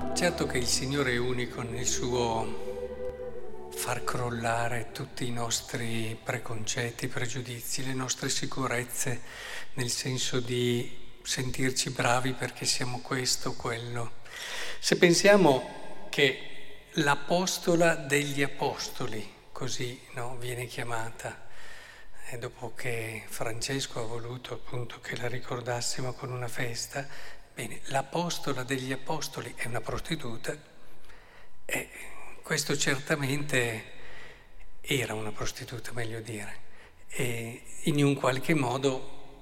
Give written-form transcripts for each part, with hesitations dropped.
Certo che il Signore è unico nel suo far crollare tutti i nostri preconcetti, pregiudizi, le nostre sicurezze, nel senso di sentirci bravi perché siamo questo o quello. Se pensiamo che l'apostola degli apostoli, così no, viene chiamata, e dopo che Francesco ha voluto appunto che la ricordassimo con una festa, bene, l'apostola degli apostoli è una prostituta e questo certamente era una prostituta, meglio dire, e in un qualche modo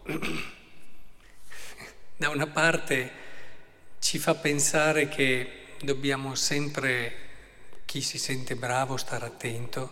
da una parte ci fa pensare che dobbiamo sempre, chi si sente bravo, stare attento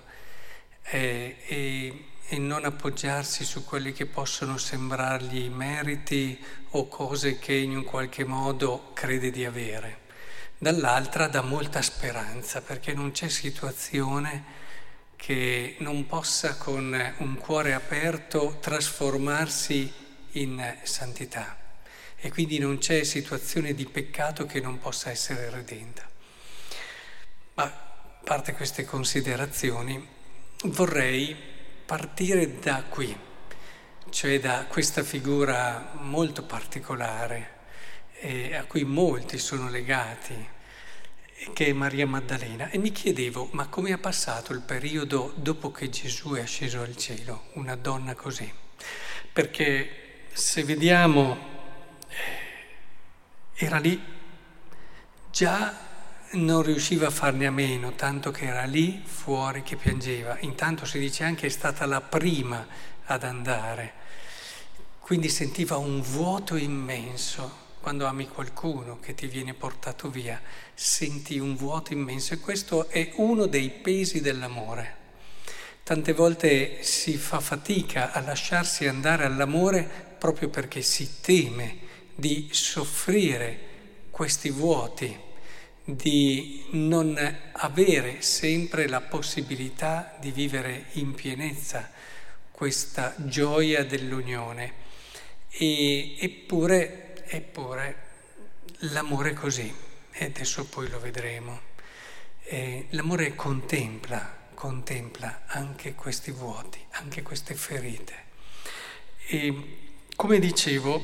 e non appoggiarsi su quelli che possono sembrargli meriti o cose che in un qualche modo crede di avere. Dall'altra dà molta speranza, perché non c'è situazione che non possa con un cuore aperto trasformarsi in santità, e quindi non c'è situazione di peccato che non possa essere redenta. Ma a parte queste considerazioni, vorrei partire da qui, cioè da questa figura molto particolare a cui molti sono legati, che è Maria Maddalena. E mi chiedevo, ma come ha passato il periodo dopo che Gesù è asceso al cielo, una donna così? Perché se vediamo, era lì, già non riusciva a farne a meno, tanto che era lì fuori che piangeva. Intanto si dice anche è stata la prima ad andare, quindi sentiva un vuoto immenso. Quando ami qualcuno che ti viene portato via, senti un vuoto immenso, e questo è uno dei pesi dell'amore. Tante volte si fa fatica a lasciarsi andare all'amore proprio perché si teme di soffrire questi vuoti, di non avere sempre la possibilità di vivere in pienezza questa gioia dell'unione. Eppure l'amore è così, e adesso poi lo vedremo. L'amore contempla anche questi vuoti, anche queste ferite. E come dicevo,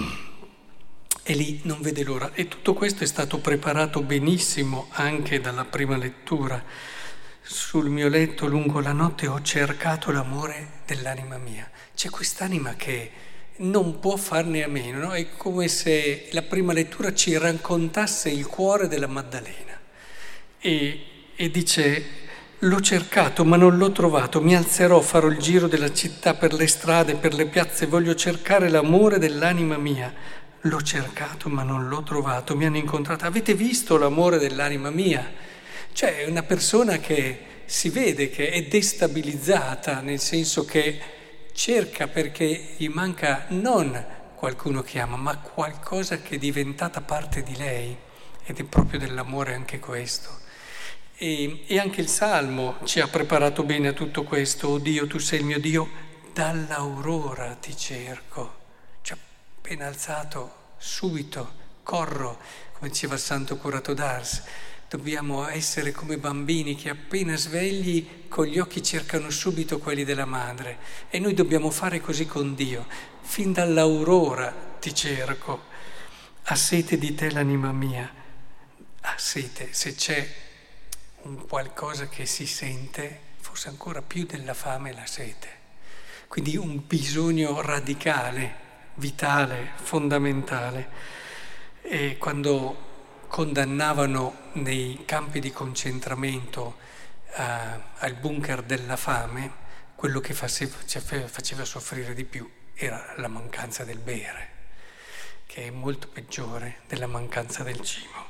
e lì non vede l'ora. E tutto questo è stato preparato benissimo anche dalla prima lettura. Sul mio letto lungo la notte ho cercato l'amore dell'anima mia. C'è quest'anima che non può farne a meno, no? È come se la prima lettura ci raccontasse il cuore della Maddalena. E dice: l'ho cercato ma non l'ho trovato, mi alzerò, farò il giro della città per le strade, per le piazze, voglio cercare l'amore dell'anima mia. L'ho cercato ma non l'ho trovato, mi hanno incontrata. Avete visto l'amore dell'anima mia? Cioè è una persona che si vede che è destabilizzata, nel senso che cerca perché gli manca non qualcuno che ama, ma qualcosa che è diventata parte di lei, ed è proprio dell'amore anche questo. E anche il Salmo ci ha preparato bene a tutto questo. O Dio, tu sei il mio Dio, dall'aurora ti cerco. Cioè, appena alzato, subito, corro, come diceva il santo curato d'Ars. Dobbiamo essere come bambini che appena svegli con gli occhi cercano subito quelli della madre, e noi dobbiamo fare così con Dio. Fin dall'aurora ti cerco, ha sete di te l'anima mia. Ha sete, se c'è un qualcosa che si sente, forse ancora più della fame e la sete. Quindi un bisogno radicale, vitale, fondamentale. E quando condannavano nei campi di concentramento al bunker della fame, quello che faceva soffrire di più era la mancanza del bere, che è molto peggiore della mancanza del cibo.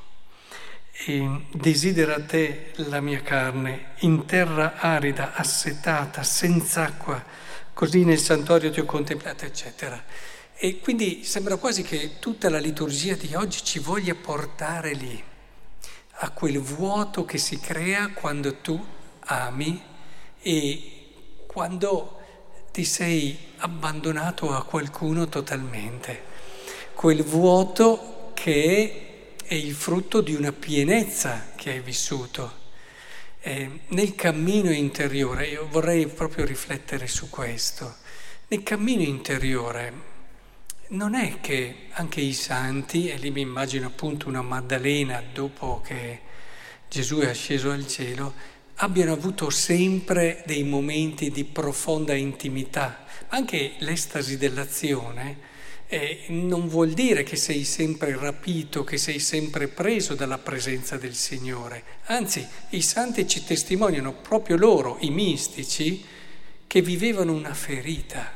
E desidera te la mia carne, in terra arida, assetata, senza acqua, così nel santuario ti ho contemplato, eccetera. E quindi sembra quasi che tutta la liturgia di oggi ci voglia portare lì, a quel vuoto che si crea quando tu ami e quando ti sei abbandonato a qualcuno totalmente. Quel vuoto che è il frutto di una pienezza che hai vissuto. Nel cammino interiore, io vorrei proprio riflettere su questo, nel cammino interiore non è che anche i santi, e lì mi immagino appunto una Maddalena dopo che Gesù è asceso al cielo, abbiano avuto sempre dei momenti di profonda intimità. Anche l'estasi dell'azione non vuol dire che sei sempre rapito, che sei sempre preso dalla presenza del Signore. Anzi, i santi ci testimoniano proprio loro, i mistici, che vivevano una ferita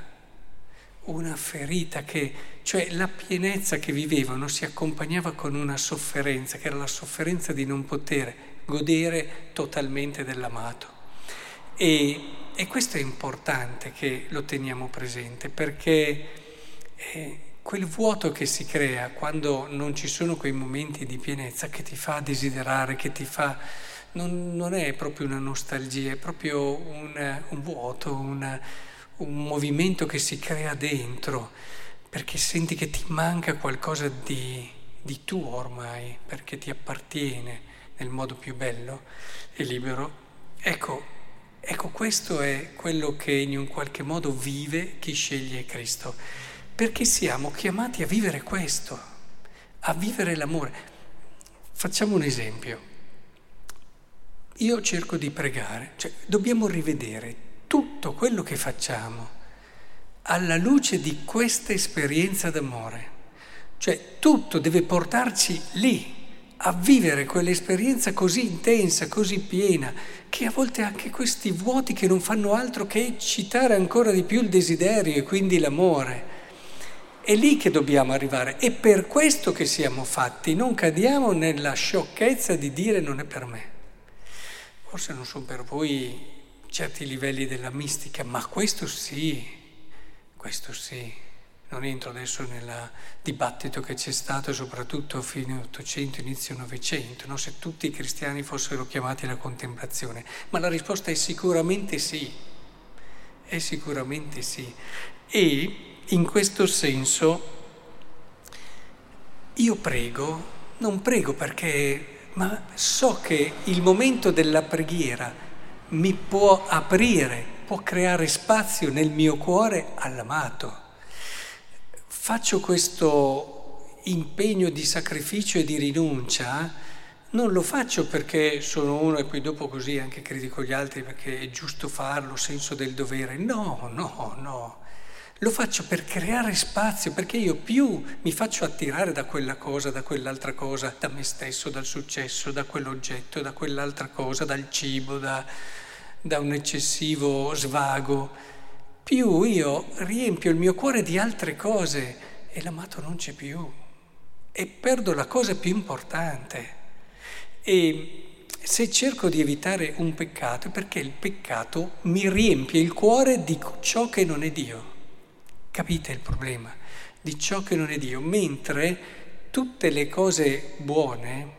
che, cioè la pienezza che vivevano si accompagnava con una sofferenza, che era la sofferenza di non poter godere totalmente dell'amato. E questo è importante che lo teniamo presente, perché quel vuoto che si crea quando non ci sono quei momenti di pienezza che ti fa desiderare, che ti fa... Non è proprio una nostalgia, è proprio un vuoto, un movimento che si crea dentro, perché senti che ti manca qualcosa di tuo ormai, perché ti appartiene nel modo più bello e libero. Ecco, questo è quello che in un qualche modo vive chi sceglie Cristo, perché siamo chiamati a vivere questo, a vivere l'amore. Facciamo un esempio. Io cerco di pregare, cioè dobbiamo rivedere tutto quello che facciamo alla luce di questa esperienza d'amore. Cioè tutto deve portarci lì, a vivere quell'esperienza così intensa, così piena, che a volte ha anche questi vuoti che non fanno altro che eccitare ancora di più il desiderio e quindi l'amore. È lì che dobbiamo arrivare, è per questo che siamo fatti, non cadiamo nella sciocchezza di dire non è per me. Forse non sono per voi certi livelli della mistica, ma questo sì. Non entro adesso nel dibattito che c'è stato, soprattutto fine Ottocento, inizio Novecento, no? Se tutti i cristiani fossero chiamati alla contemplazione. Ma la risposta è sicuramente sì. E in questo senso io prego, non prego perché... ma so che il momento della preghiera mi può aprire, può creare spazio nel mio cuore all'amato. Faccio questo impegno di sacrificio e di rinuncia, non lo faccio perché sono uno e poi dopo così anche critico gli altri perché è giusto farlo, senso del dovere. No. Lo faccio per creare spazio, perché io più mi faccio attirare da quella cosa, da quell'altra cosa, da me stesso, dal successo, da quell'oggetto, da quell'altra cosa, dal cibo, da un eccessivo svago, più io riempio il mio cuore di altre cose e l'amato non c'è più e perdo la cosa più importante. E se cerco di evitare un peccato è perché il peccato mi riempie il cuore di ciò che non è Dio. Capite il problema? Di ciò che non è Dio, mentre tutte le cose buone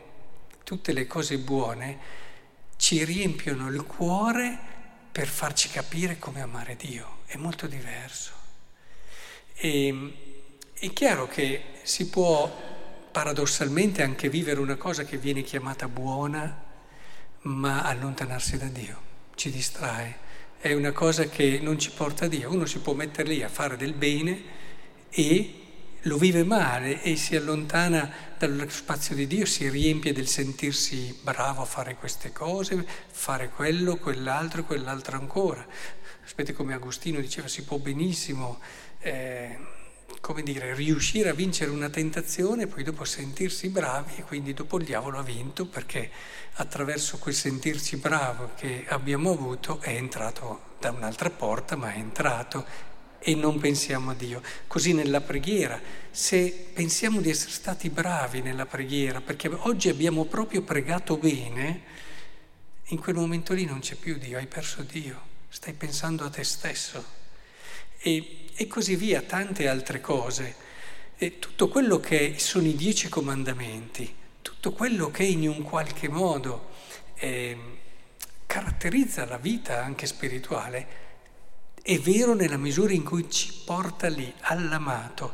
ci riempiono il cuore per farci capire come amare Dio. È molto diverso. E è chiaro che si può paradossalmente anche vivere una cosa che viene chiamata buona, ma allontanarsi da Dio, ci distrae. È una cosa che non ci porta a Dio. Uno si può mettere lì a fare del bene e lo vive male e si allontana dallo spazio di Dio, si riempie del sentirsi bravo a fare queste cose, fare quello, quell'altro ancora. Aspetta, come Agostino diceva, si può benissimo riuscire a vincere una tentazione e poi dopo sentirsi bravi e quindi dopo il diavolo ha vinto perché attraverso quel sentirsi bravo che abbiamo avuto è entrato da un'altra porta, ma è entrato e non pensiamo a Dio. Così nella preghiera, se pensiamo di essere stati bravi nella preghiera perché oggi abbiamo proprio pregato bene, in quel momento lì non c'è più Dio, hai perso Dio, stai pensando a te stesso. E così via, tante altre cose. E tutto quello che sono i 10 comandamenti, tutto quello che in un qualche modo caratterizza la vita anche spirituale, è vero nella misura in cui ci porta lì, all'amato.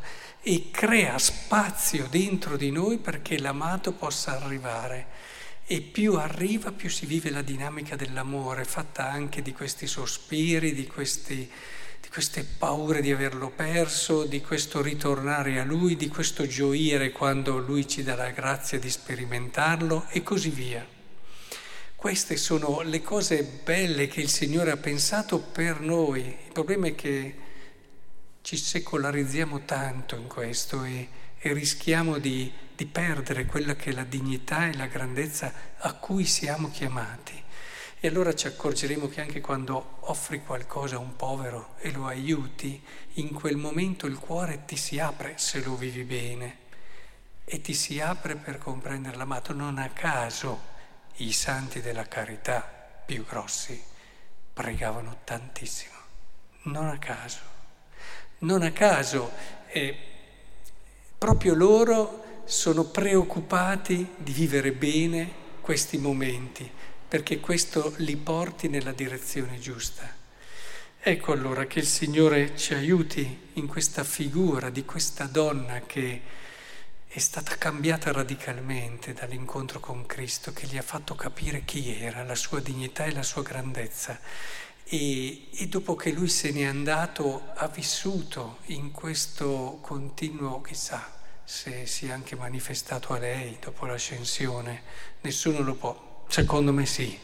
e crea spazio dentro di noi perché l'amato possa arrivare. E più arriva, più si vive la dinamica dell'amore, fatta anche di questi sospiri, di queste paure di averlo perso, di questo ritornare a Lui, di questo gioire quando Lui ci dà la grazia di sperimentarlo e così via. Queste sono le cose belle che il Signore ha pensato per noi. Il problema è che ci secolarizziamo tanto in questo e rischiamo di perdere quella che è la dignità e la grandezza a cui siamo chiamati. E allora ci accorgeremo che anche quando offri qualcosa a un povero e lo aiuti, in quel momento il cuore ti si apre se lo vivi bene e ti si apre per comprendere l'amato. Non a caso i santi della carità più grossi pregavano tantissimo, non a caso. Non a caso, proprio loro sono preoccupati di vivere bene questi momenti, perché questo li porti nella direzione giusta. Ecco allora che il Signore ci aiuti in questa figura di questa donna che è stata cambiata radicalmente dall'incontro con Cristo, che gli ha fatto capire chi era, la sua dignità e la sua grandezza. E dopo che lui se n'è andato ha vissuto in questo continuo, chissà se si è anche manifestato a lei dopo l'ascensione, nessuno lo può, secondo me sì,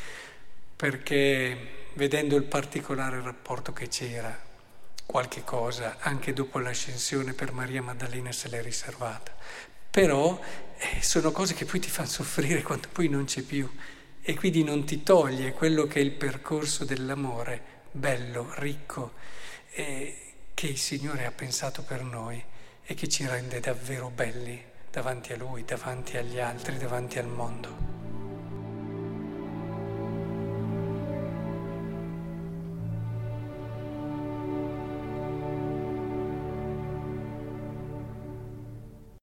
perché vedendo il particolare rapporto che c'era, qualche cosa anche dopo l'ascensione per Maria Maddalena se l'è riservata, però sono cose che poi ti fanno soffrire quando poi non c'è più. E quindi non ti toglie quello che è il percorso dell'amore, bello, ricco, che il Signore ha pensato per noi e che ci rende davvero belli davanti a Lui, davanti agli altri, davanti al mondo.